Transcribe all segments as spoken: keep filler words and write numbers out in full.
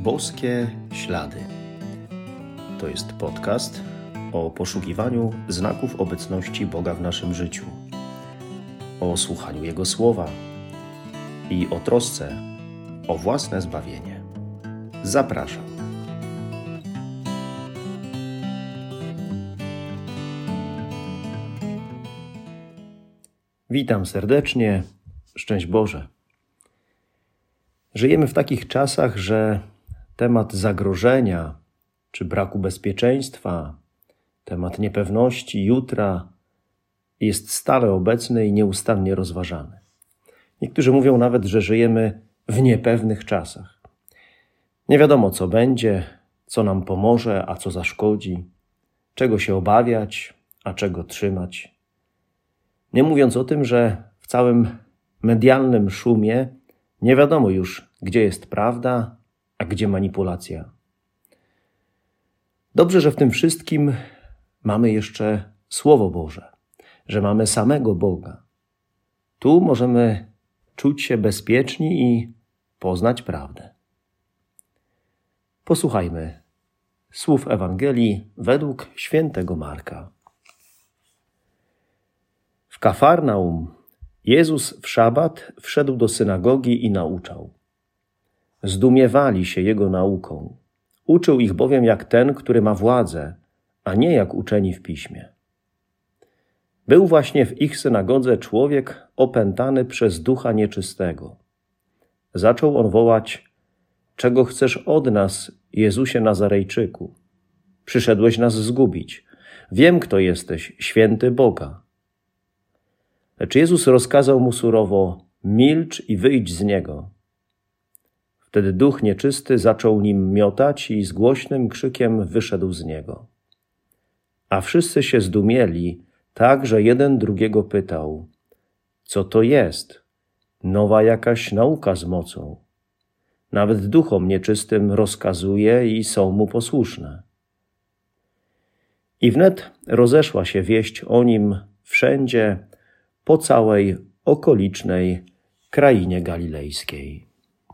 Boskie Ślady. To jest podcast o poszukiwaniu znaków obecności Boga w naszym życiu, o słuchaniu Jego słowa i o trosce o własne zbawienie. Zapraszam. Witam serdecznie. Szczęść Boże. Żyjemy w takich czasach, że temat zagrożenia czy braku bezpieczeństwa, temat niepewności jutra jest stale obecny i nieustannie rozważany. Niektórzy mówią nawet, że żyjemy w niepewnych czasach. Nie wiadomo, co będzie, co nam pomoże, a co zaszkodzi, czego się obawiać, a czego trzymać. Nie mówiąc o tym, że w całym medialnym szumie nie wiadomo już, gdzie jest prawda, a gdzie manipulacja. Dobrze, że w tym wszystkim mamy jeszcze Słowo Boże, że mamy samego Boga. Tu możemy czuć się bezpieczni i poznać prawdę. Posłuchajmy słów Ewangelii według świętego Marka. W Kafarnaum Jezus w szabat wszedł do synagogi i nauczał. Zdumiewali się Jego nauką. Uczył ich bowiem jak ten, który ma władzę, a nie jak uczeni w piśmie. Był właśnie w ich synagodze człowiek opętany przez ducha nieczystego. Zaczął on wołać: czego chcesz od nas, Jezusie Nazarejczyku? Przyszedłeś nas zgubić. Wiem, kto jesteś, święty Boga. Lecz Jezus rozkazał mu surowo: milcz i wyjdź z niego. Wtedy duch nieczysty zaczął nim miotać i z głośnym krzykiem wyszedł z niego. A wszyscy się zdumieli, tak, że jeden drugiego pytał: co to jest? Nowa jakaś nauka z mocą. Nawet duchom nieczystym rozkazuje i są mu posłuszne. I wnet rozeszła się wieść o nim wszędzie, po całej okolicznej krainie galilejskiej.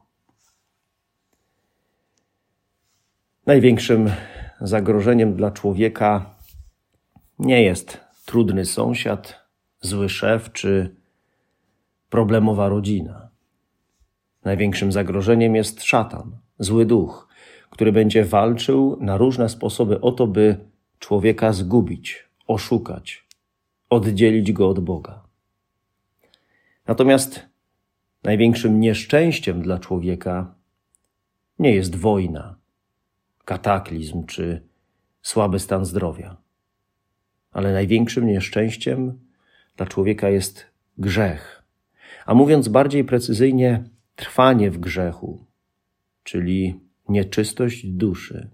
Największym zagrożeniem dla człowieka nie jest trudny sąsiad, zły szef czy problemowa rodzina. Największym zagrożeniem jest szatan, zły duch, który będzie walczył na różne sposoby o to, by człowieka zgubić, oszukać, oddzielić go od Boga. Natomiast największym nieszczęściem dla człowieka nie jest wojna, kataklizm czy słaby stan zdrowia. Ale największym nieszczęściem dla człowieka jest grzech. A mówiąc bardziej precyzyjnie, trwanie w grzechu, czyli nieczystość duszy.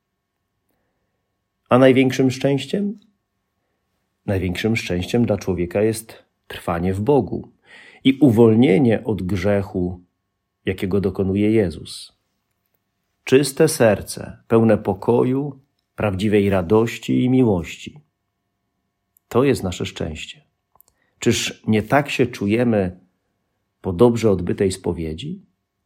A największym szczęściem? Największym szczęściem dla człowieka jest trwanie w Bogu i uwolnienie od grzechu, jakiego dokonuje Jezus. Czyste serce, pełne pokoju, prawdziwej radości i miłości. To jest nasze szczęście. Czyż nie tak się czujemy po dobrze odbytej spowiedzi?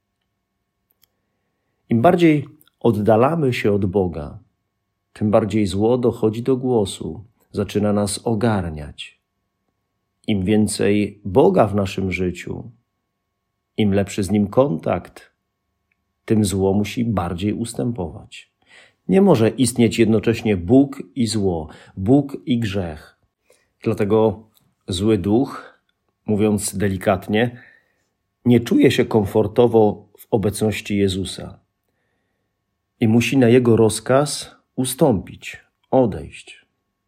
Im bardziej oddalamy się od Boga, tym bardziej zło dochodzi do głosu, zaczyna nas ogarniać. Im więcej Boga w naszym życiu, im lepszy z Nim kontakt, tym zło musi bardziej ustępować. Nie może istnieć jednocześnie Bóg i zło, Bóg i grzech. Dlatego zły duch, mówiąc delikatnie, nie czuje się komfortowo w obecności Jezusa i musi na Jego rozkaz ustąpić, odejść.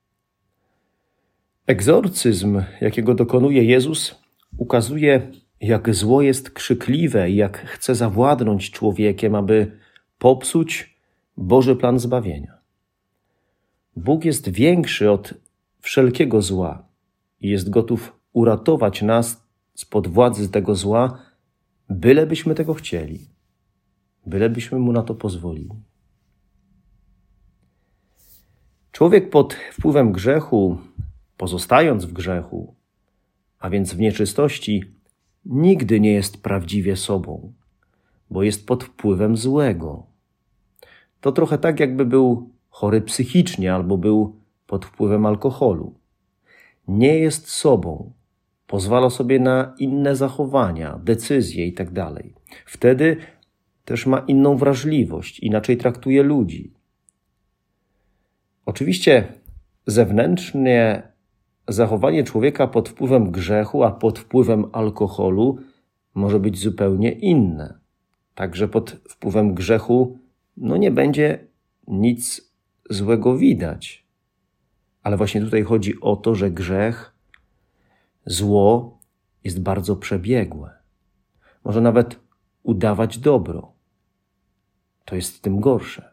Egzorcyzm, jakiego dokonuje Jezus, ukazuje, jak zło jest krzykliwe i jak chce zawładnąć człowiekiem, aby popsuć Boży plan zbawienia. Bóg jest większy od wszelkiego zła i jest gotów uratować nas spod władzy tego zła, bylebyśmy tego chcieli, bylebyśmy Mu na to pozwolili. Człowiek pod wpływem grzechu, pozostając w grzechu, a więc w nieczystości, nigdy nie jest prawdziwie sobą, bo jest pod wpływem złego, to trochę tak, jakby był chory psychicznie albo był pod wpływem alkoholu. Nie jest sobą, pozwala sobie na inne zachowania, decyzje itd. Wtedy też ma inną wrażliwość, inaczej traktuje ludzi. Oczywiście zewnętrznie zachowanie człowieka pod wpływem grzechu, a pod wpływem alkoholu może być zupełnie inne. Także pod wpływem grzechu no nie będzie nic złego widać. Ale właśnie tutaj chodzi o to, że grzech, zło jest bardzo przebiegłe. Może nawet udawać dobro. To jest tym gorsze.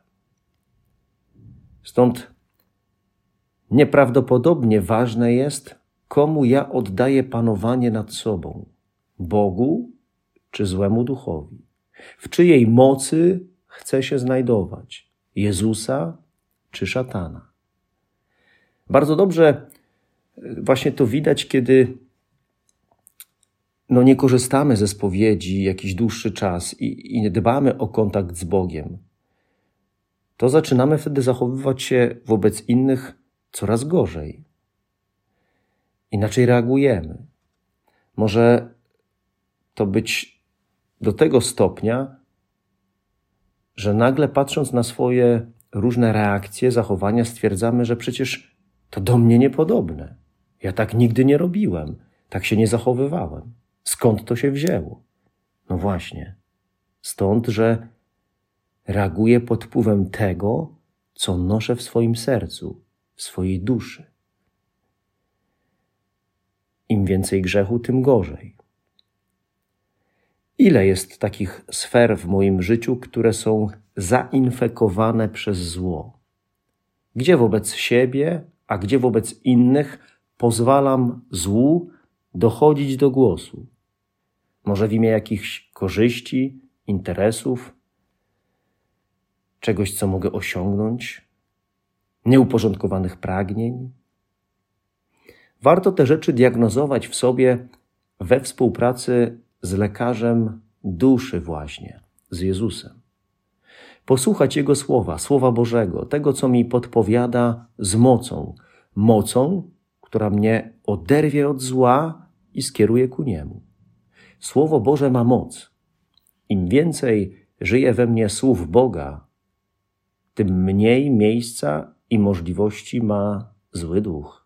Stąd nieprawdopodobnie ważne jest, komu ja oddaję panowanie nad sobą. Bogu czy złemu duchowi. W czyjej mocy chcę się znajdować. Jezusa czy szatana. Bardzo dobrze właśnie to widać, kiedy no nie korzystamy ze spowiedzi jakiś dłuższy czas i, i nie dbamy o kontakt z Bogiem. To zaczynamy wtedy zachowywać się wobec innych coraz gorzej. Inaczej reagujemy. Może to być do tego stopnia, że nagle patrząc na swoje różne reakcje, zachowania, stwierdzamy, że przecież to do mnie niepodobne. Ja tak nigdy nie robiłem, tak się nie zachowywałem. Skąd to się wzięło? No właśnie, stąd, że reaguję pod wpływem tego, co noszę w swoim sercu, w swojej duszy. Im więcej grzechu, tym gorzej. Ile jest takich sfer w moim życiu, które są zainfekowane przez zło? Gdzie wobec siebie, a gdzie wobec innych pozwalam złu dochodzić do głosu? Może w imię jakichś korzyści, interesów, czegoś, co mogę osiągnąć, nieuporządkowanych pragnień? Warto te rzeczy diagnozować w sobie we współpracy z lekarzem duszy właśnie, z Jezusem. Posłuchać Jego słowa, Słowa Bożego, tego, co mi podpowiada z mocą. Mocą, która mnie oderwie od zła i skieruje ku Niemu. Słowo Boże ma moc. Im więcej żyje we mnie słów Boga, tym mniej miejsca i możliwości ma zły duch.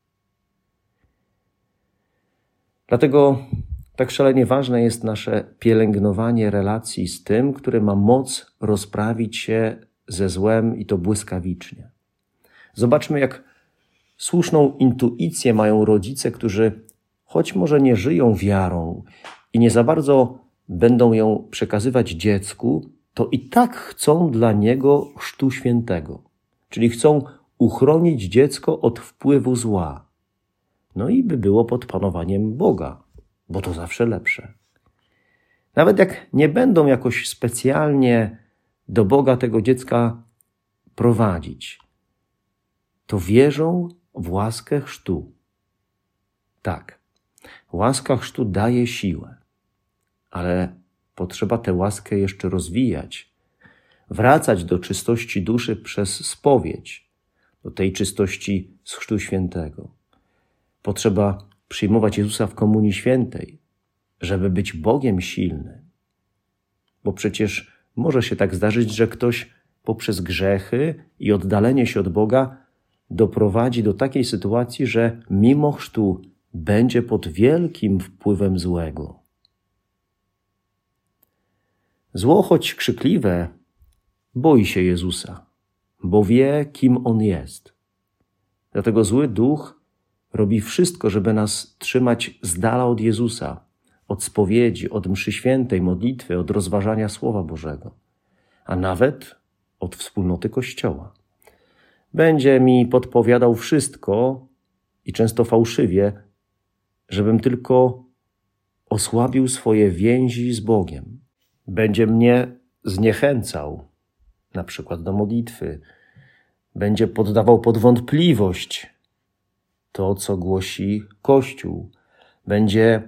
Dlatego tak szalenie ważne jest nasze pielęgnowanie relacji z tym, który ma moc rozprawić się ze złem i to błyskawicznie. Zobaczmy, jak słuszną intuicję mają rodzice, którzy choć może nie żyją wiarą i nie za bardzo będą ją przekazywać dziecku, to i tak chcą dla niego chrztu świętego. Czyli chcą uchronić dziecko od wpływu zła. No i by było pod panowaniem Boga, bo to zawsze lepsze. Nawet jak nie będą jakoś specjalnie do Boga tego dziecka prowadzić, to wierzą w łaskę chrztu. Tak, łaska chrztu daje siłę, ale potrzeba tę łaskę jeszcze rozwijać, wracać do czystości duszy przez spowiedź, do tej czystości z chrztu świętego. Potrzeba przyjmować Jezusa w Komunii Świętej, żeby być Bogiem silnym. Bo przecież może się tak zdarzyć, że ktoś poprzez grzechy i oddalenie się od Boga doprowadzi do takiej sytuacji, że mimo chrztu będzie pod wielkim wpływem złego. Zło, choć krzykliwe, boi się Jezusa, bo wie, kim On jest. Dlatego zły duch robi wszystko, żeby nas trzymać z dala od Jezusa, od spowiedzi, od mszy świętej, modlitwy, od rozważania Słowa Bożego, a nawet od wspólnoty Kościoła. Będzie mi podpowiadał wszystko i często fałszywie, żebym tylko osłabił swoje więzi z Bogiem. Będzie mnie zniechęcał, na przykład do modlitwy. Będzie poddawał pod wątpliwość to, co głosi Kościół. Będzie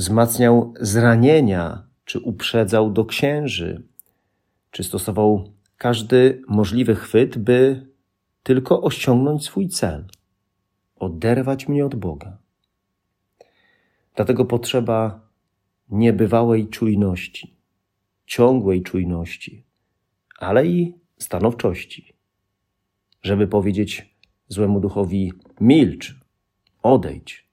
wzmacniał zranienia, czy uprzedzał do księży, czy stosował każdy możliwy chwyt, by tylko osiągnąć swój cel, oderwać mnie od Boga. Dlatego potrzeba niebywałej czujności, ciągłej czujności, ale i stanowczości, żeby powiedzieć złemu duchowi: milcz, odejdź.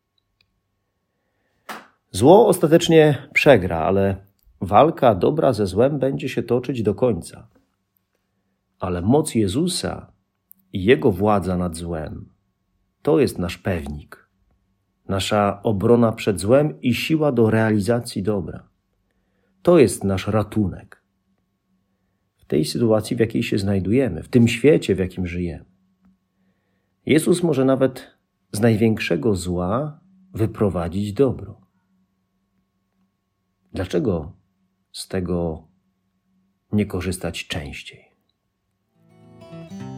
Zło ostatecznie przegra, ale walka dobra ze złem będzie się toczyć do końca. Ale moc Jezusa i Jego władza nad złem to jest nasz pewnik, nasza obrona przed złem i siła do realizacji dobra. To jest nasz ratunek w tej sytuacji, w jakiej się znajdujemy, w tym świecie, w jakim żyjemy. Jezus może nawet z największego zła wyprowadzić dobro. Dlaczego z tego nie korzystać częściej?